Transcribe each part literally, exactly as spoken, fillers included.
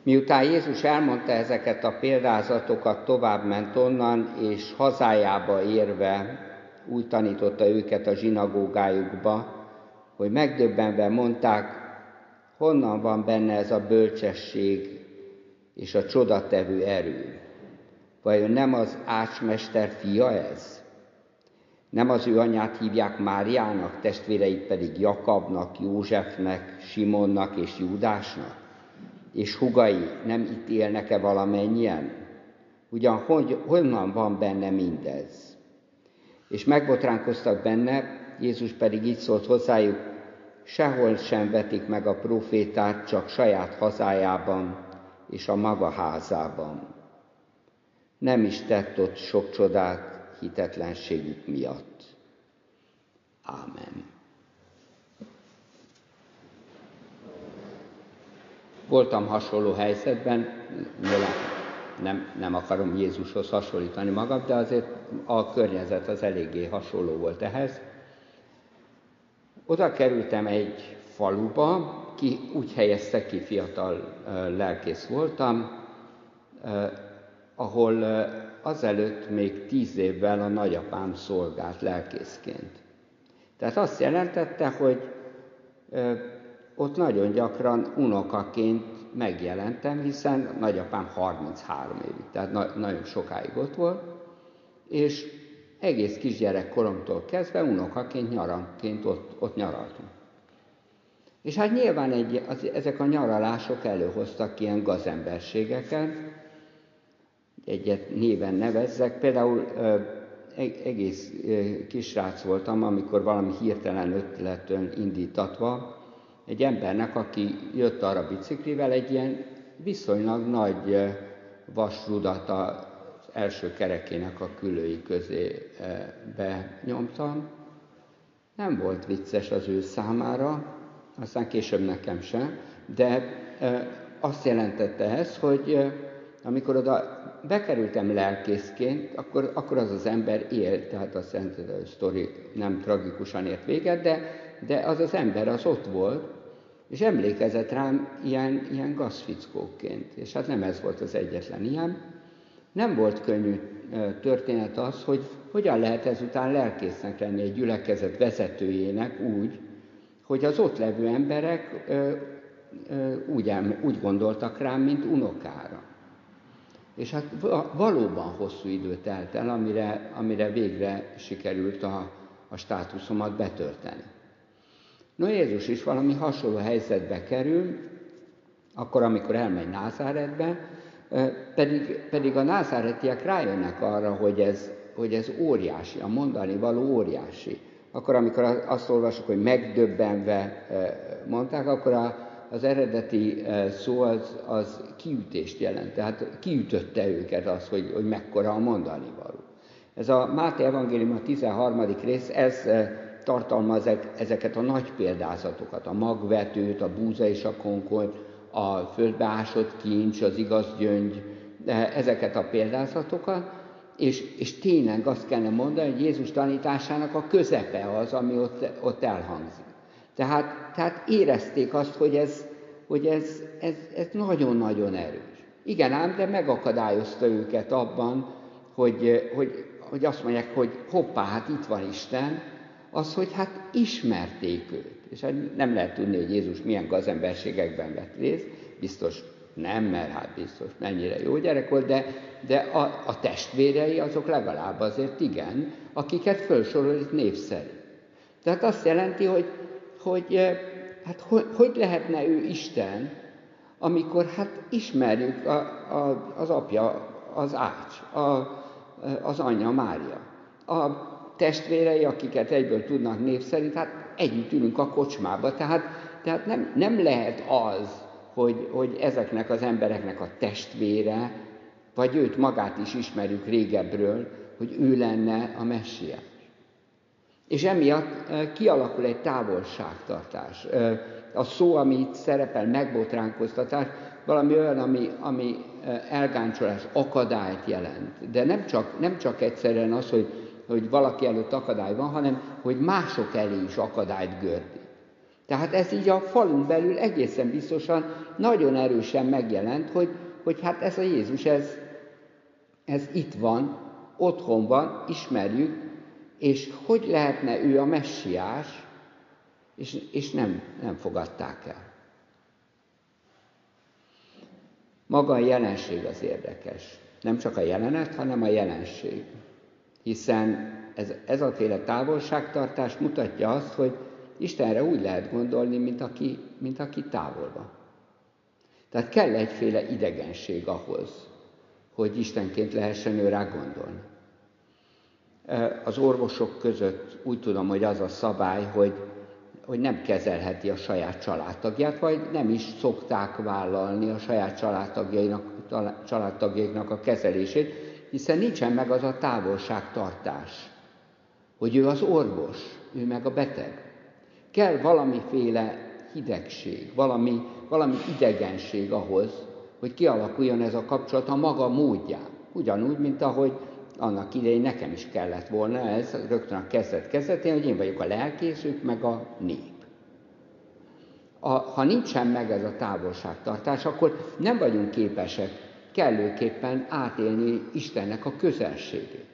Miután Jézus elmondta ezeket a példázatokat, továbbment onnan, és hazájába érve úgy tanította őket a zsinagógájukba, hogy megdöbbenve mondták, honnan van benne ez a bölcsesség és a csodatevő erő. Vajon nem az ácsmester fia ez? Nem az ő anyját hívják Máriának, testvéreit pedig Jakabnak, Józsefnek, Simonnak és Júdásnak? És húgai nem itt élnek-e valamennyien? Ugyan hogy, honnan van benne mindez? És megbotránkoztak benne, Jézus pedig így szólt hozzájuk, sehol sem vetik meg a prófétát, csak saját hazájában és a maga házában. Nem is tett ott sok csodát hitetlenségük miatt. Ámen. Voltam hasonló helyzetben, nem, nem akarom Jézushoz hasonlítani magam, de azért a környezet az eléggé hasonló volt ehhez. Oda kerültem egy faluba, ki, úgy helyezte ki, fiatal uh, lelkész voltam, uh, ahol uh, azelőtt még tíz évvel a nagyapám szolgált lelkészként. Tehát azt jelentette, hogy uh, ott nagyon gyakran unokaként megjelentem, hiszen a nagyapám harminchárom évig, tehát na- nagyon sokáig ott volt, és egész kisgyerek koromtól kezdve unokaként, nyaranként ott, ott nyaraltunk. És hát nyilván egy, az, ezek a nyaralások előhoztak ilyen gazemberségeket, egyet néven nevezzek. Például egész kisrác voltam, amikor valami hirtelen ötletön indítatva, egy embernek, aki jött arra biciklivel, egy ilyen viszonylag nagy vasrudat az első kerekének a külői közé benyomtam. Nem volt vicces az ő számára, aztán később nekem sem, de azt jelentette ez, hogy amikor oda bekerültem lelkészként, akkor, akkor az az ember élt, tehát azt jelenti, hogy a sztori nem tragikusan ért véget, de, de az az ember az ott volt, és emlékezett rám ilyen, ilyen gazfickóként. És hát nem ez volt az egyetlen ilyen. Nem volt könnyű történet az, hogy hogyan lehet ezután lelkésznek lenni egy gyülekezet vezetőjének úgy, hogy az ott levő emberek ö, ö, úgy, el, úgy gondoltak rám, mint unokára. És hát valóban hosszú idő telt el, amire, amire végre sikerült a, a státuszomat betölteni. No, Jézus is valami hasonló helyzetbe kerül, akkor, amikor elmegy Názáretbe, pedig, pedig a názáretiek rájönnek arra, hogy ez, hogy ez óriási, a mondani való óriási. Akkor, amikor azt olvasok, hogy megdöbbenve mondták, akkor a, az eredeti szó az, az kiütést jelent, tehát kiütötte őket az, hogy, hogy mekkora a mondani való. Ez a Máté evangélium a tizenharmadik rész, ez tartalmaz ezeket a nagy példázatokat, a magvetőt, a búza és a konkoly, a földbeásott kincs, az igaz gyöngy, ezeket a példázatokat, és, és tényleg azt kellene mondani, hogy Jézus tanításának a közepe az, ami ott, ott elhangzik. Tehát, tehát érezték azt, hogy ez, hogy ez, ez, ez nagyon-nagyon erős. Igen ám, de megakadályozta őket abban, hogy, hogy, hogy azt mondják, hogy hoppá, hát itt van Isten, az, hogy hát ismerték őt. És hát nem lehet tudni, hogy Jézus milyen gazemberségekben vett részt, biztos nem, mert hát biztos mennyire jó gyerek volt, de, de a, a testvérei azok legalább azért igen, akiket felsorol itt név szerint. Tehát azt jelenti, hogy, hogy hát hogy, hogy lehetne ő Isten, amikor hát ismerjük a, a, az apja, az Ács, a, az anyja Mária, a testvérei, akiket egyből tudnak név szerint, hát együtt ülünk a kocsmába, tehát, tehát nem, nem lehet az, hogy, hogy ezeknek az embereknek a testvére, vagy őt magát is ismerjük régebbről, hogy ő lenne a messiás. És emiatt kialakul egy távolságtartás. A szó, ami itt szerepel, megbotránkoztatás, valami olyan, ami, ami elgáncsolás, akadályt jelent. De nem csak, nem csak egyszerűen az, hogy, hogy valaki előtt akadály van, hanem hogy mások elé is akadályt gördi. Tehát ez így a falun belül egészen biztosan nagyon erősen megjelent, hogy, hogy hát ez a Jézus, ez, ez itt van, otthon van, ismerjük, és hogy lehetne ő a messiás, és, és nem, nem fogadták el. Maga a jelenség az érdekes. Nem csak a jelenet, hanem a jelenség. Hiszen ez, ez a féle távolságtartás mutatja azt, hogy Istenre úgy lehet gondolni, mint aki, mint aki távol van. Tehát kell egyféle idegenség ahhoz, hogy Istenként lehessen őrá gondolni. Az orvosok között úgy tudom, hogy az a szabály, hogy, hogy nem kezelheti a saját családtagját, vagy nem is szokták vállalni a saját családtagjainak, családtagjaiknak a kezelését, hiszen nincsen meg az a távolságtartás, hogy ő az orvos, ő meg a beteg. Kell valamiféle hidegség, valami, valami idegenség ahhoz, hogy kialakuljon ez a kapcsolat a maga módján. Ugyanúgy, mint ahogy annak idején nekem is kellett volna ez, rögtön a kezdet-kezdetén, hogy én vagyok a lelkész, ők meg a nép. A, ha nincsen meg ez a távolságtartás, akkor nem vagyunk képesek kellőképpen átélni Istennek a közelségét.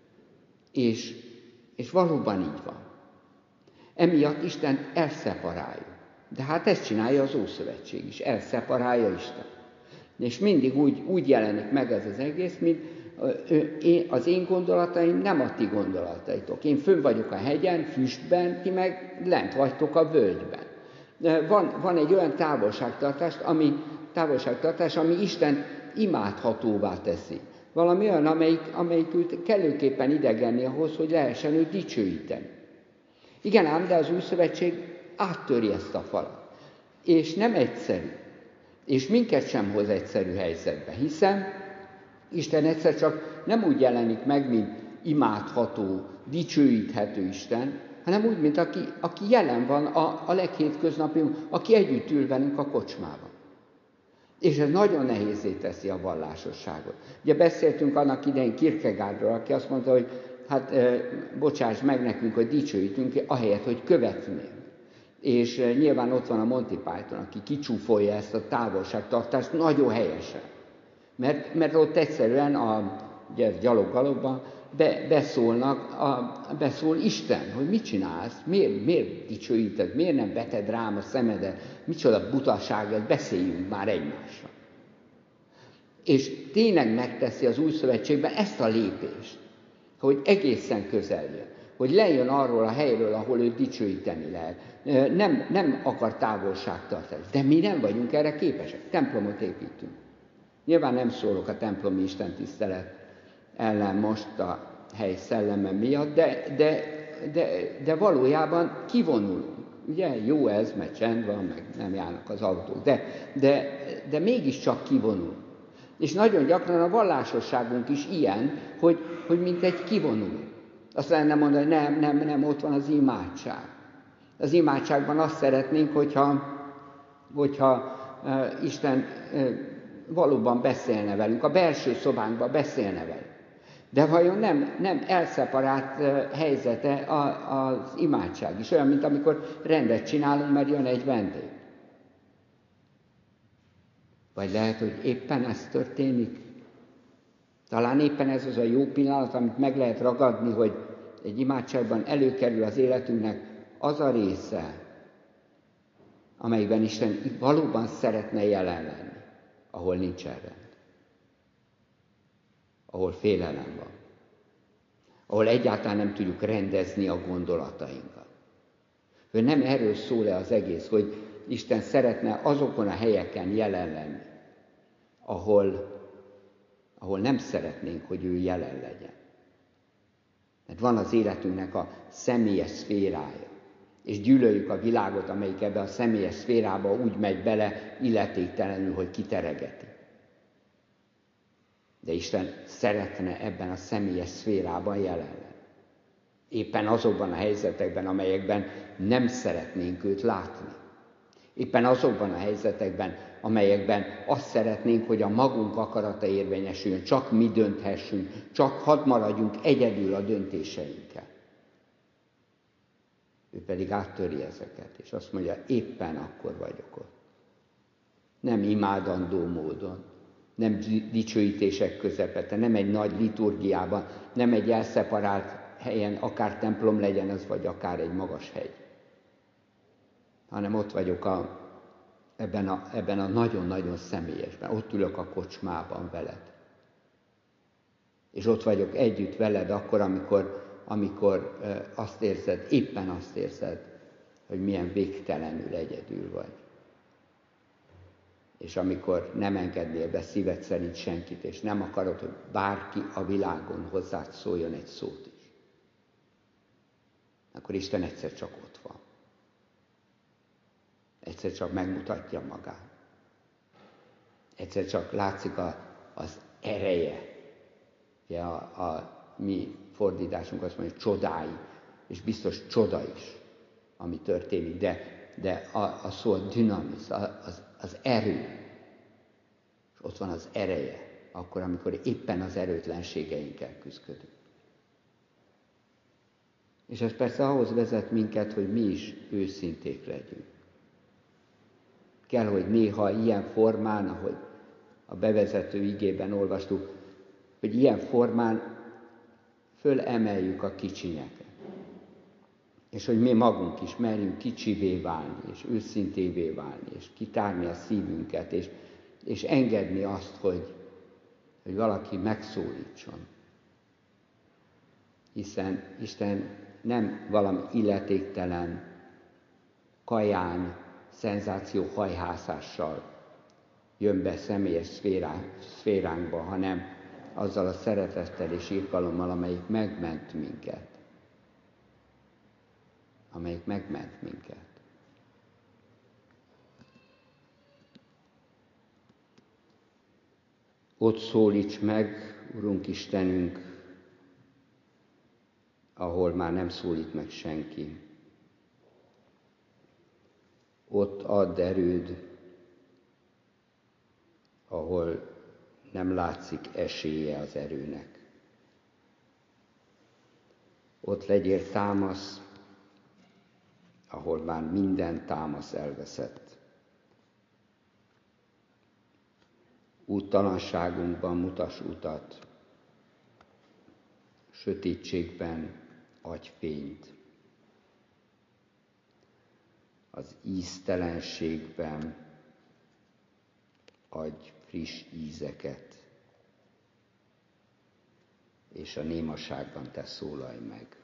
És, és valóban így van. Emiatt Istent elszeparáljuk. De hát ezt csinálja az Ószövetség is, elszeparálja Isten. És mindig úgy, úgy jelenik meg ez az egész, mint az én gondolataim nem a ti gondolataitok. Én fönn vagyok a hegyen, füstben, ti meg lent vagytok a völgyben. Van, van egy olyan távolságtartás, ami, távolságtartás, ami Isten imádhatóvá teszi. Valami olyan, amelyik, amelyik őt kellőképpen idegenni ahhoz, hogy lehessen őt dicsőíteni. Igen ám, de az Új Szövetség áttöri ezt a falat. És nem egyszerű. És minket sem hoz egyszerű helyzetbe, hiszen Isten egyszer csak nem úgy jelenik meg, mint imádható, dicsőíthető Isten, hanem úgy, mint aki, aki jelen van a, a leghétköznapibb, aki együtt ül velünk a kocsmában. És ez nagyon nehézzé teszi a vallásosságot. Ugye beszéltünk annak idején Kierkegaardról, aki azt mondta, hogy hát e, bocsáss meg nekünk, hogy dicsőítünk, ahelyett, hogy követnénk. És e, nyilván ott van a Monty Python, aki kicsúfolja ezt a távolságtartást nagyon helyesen. Mert, mert ott egyszerűen a ugye, gyalog-galobban be, beszólnak, a, beszól Isten, hogy mit csinálsz, miért, miért dicsőíted, miért nem veted rám a szemedet, micsoda butaság, ez, beszéljünk már egymással. És tényleg megteszi az Új Szövetségben ezt a lépést, hogy egészen közel jön, hogy lejön arról a helyről, ahol őt dicsőíteni lehet. Nem, nem akar távolságtartást, de mi nem vagyunk erre képesek. Templomot építünk. Nyilván nem szólok a templomi istentisztelet ellen most a hely szelleme miatt, de, de, de, de valójában kivonulunk. Ugye jó ez, mert csend van, meg nem járnak az autók, de, de, de mégiscsak kivonulunk. És nagyon gyakran a vallásosságunk is ilyen, hogy, hogy mint egy kivonulunk. Azt lenne mondani, hogy nem, nem, nem, ott van az imádság. Az imádságban azt szeretnénk, hogyha, hogyha uh, Isten uh, valóban beszélne velünk, a belső szobánkban beszélne velünk. De vajon nem, nem elszeparált uh, helyzete a, az imádság is, olyan, mint amikor rendet csinálunk, mert jön egy vendég. Vagy lehet, hogy éppen ez történik. Talán éppen ez az a jó pillanat, amit meg lehet ragadni, hogy egy imádságban előkerül az életünknek az a része, amelyben Isten valóban szeretne jelen lenni, ahol nincsen rend, ahol félelem van, ahol egyáltalán nem tudjuk rendezni a gondolatainkat. Hogy nem erről szól-e az egész, hogy Isten szeretne azokon a helyeken jelen lenni, ahol, ahol nem szeretnénk, hogy ő jelen legyen. Mert van az életünknek a személyes szférája, és gyűlöljük a világot, amelyik ebbe a személyes szférába úgy megy bele illetéktelenül, hogy kiteregeti. De Isten szeretne ebben a személyes szférában jelen lenni. Éppen azokban a helyzetekben, amelyekben nem szeretnénk őt látni. Éppen azokban a helyzetekben, amelyekben azt szeretnénk, hogy a magunk akarata érvényesüljön, csak mi dönthessünk, csak hadd maradjunk egyedül a döntéseinkkel. Ő pedig áttöri ezeket, és azt mondja, éppen akkor vagyok ott. Nem imádandó módon, nem dicsőítések közepette, nem egy nagy liturgiában, nem egy elszeparált helyen, akár templom legyen az, vagy akár egy magas hegy. Hanem ott vagyok a, ebben, a, ebben a nagyon-nagyon személyesben, ott ülök a kocsmában veled. És ott vagyok együtt veled akkor, amikor, amikor azt érzed, éppen azt érzed, hogy milyen végtelenül egyedül vagy. És amikor nem engednél be szíved szerint senkit, és nem akarod, hogy bárki a világon hozzád szóljon egy szót is, akkor Isten egyszer csak ott van. Egyszer csak megmutatja magát. Egyszer csak látszik a, az ereje. Ugye a, a mi fordításunk azt mondja, hogy csodái, és biztos csoda is, ami történik, de, de a, a szó a dinamis, az, az erő. És ott van az ereje, akkor, amikor éppen az erőtlenségeinkkel küzdködünk. És ez persze ahhoz vezet minket, hogy mi is őszinték legyünk. Kell, hogy néha ilyen formán, ahogy a bevezető igében olvastuk, hogy ilyen formán fölemeljük a kicsinyeket. És hogy mi magunk is merjünk kicsivé válni, és őszintévé válni, és kitárni a szívünket, és, és engedni azt, hogy, hogy valaki megszólítson. Hiszen Isten nem valami illetéktelen, kaján, szenzációhajhászással jön be személyes szféránkba, hanem azzal a szeretettel és irgalommal, amelyik megment minket. Amelyik megment minket. Ott szólíts meg, Urunk Istenünk, ahol már nem szólít meg senki. Ott add erőd, ahol nem látszik esélye az erőnek. Ott legyél támasz, ahol már minden támasz elveszett. Úttalanságunkban mutass utat, sötétségben adj fényt. Az íztelenségben adj friss ízeket, és a némaságban te szólalj meg.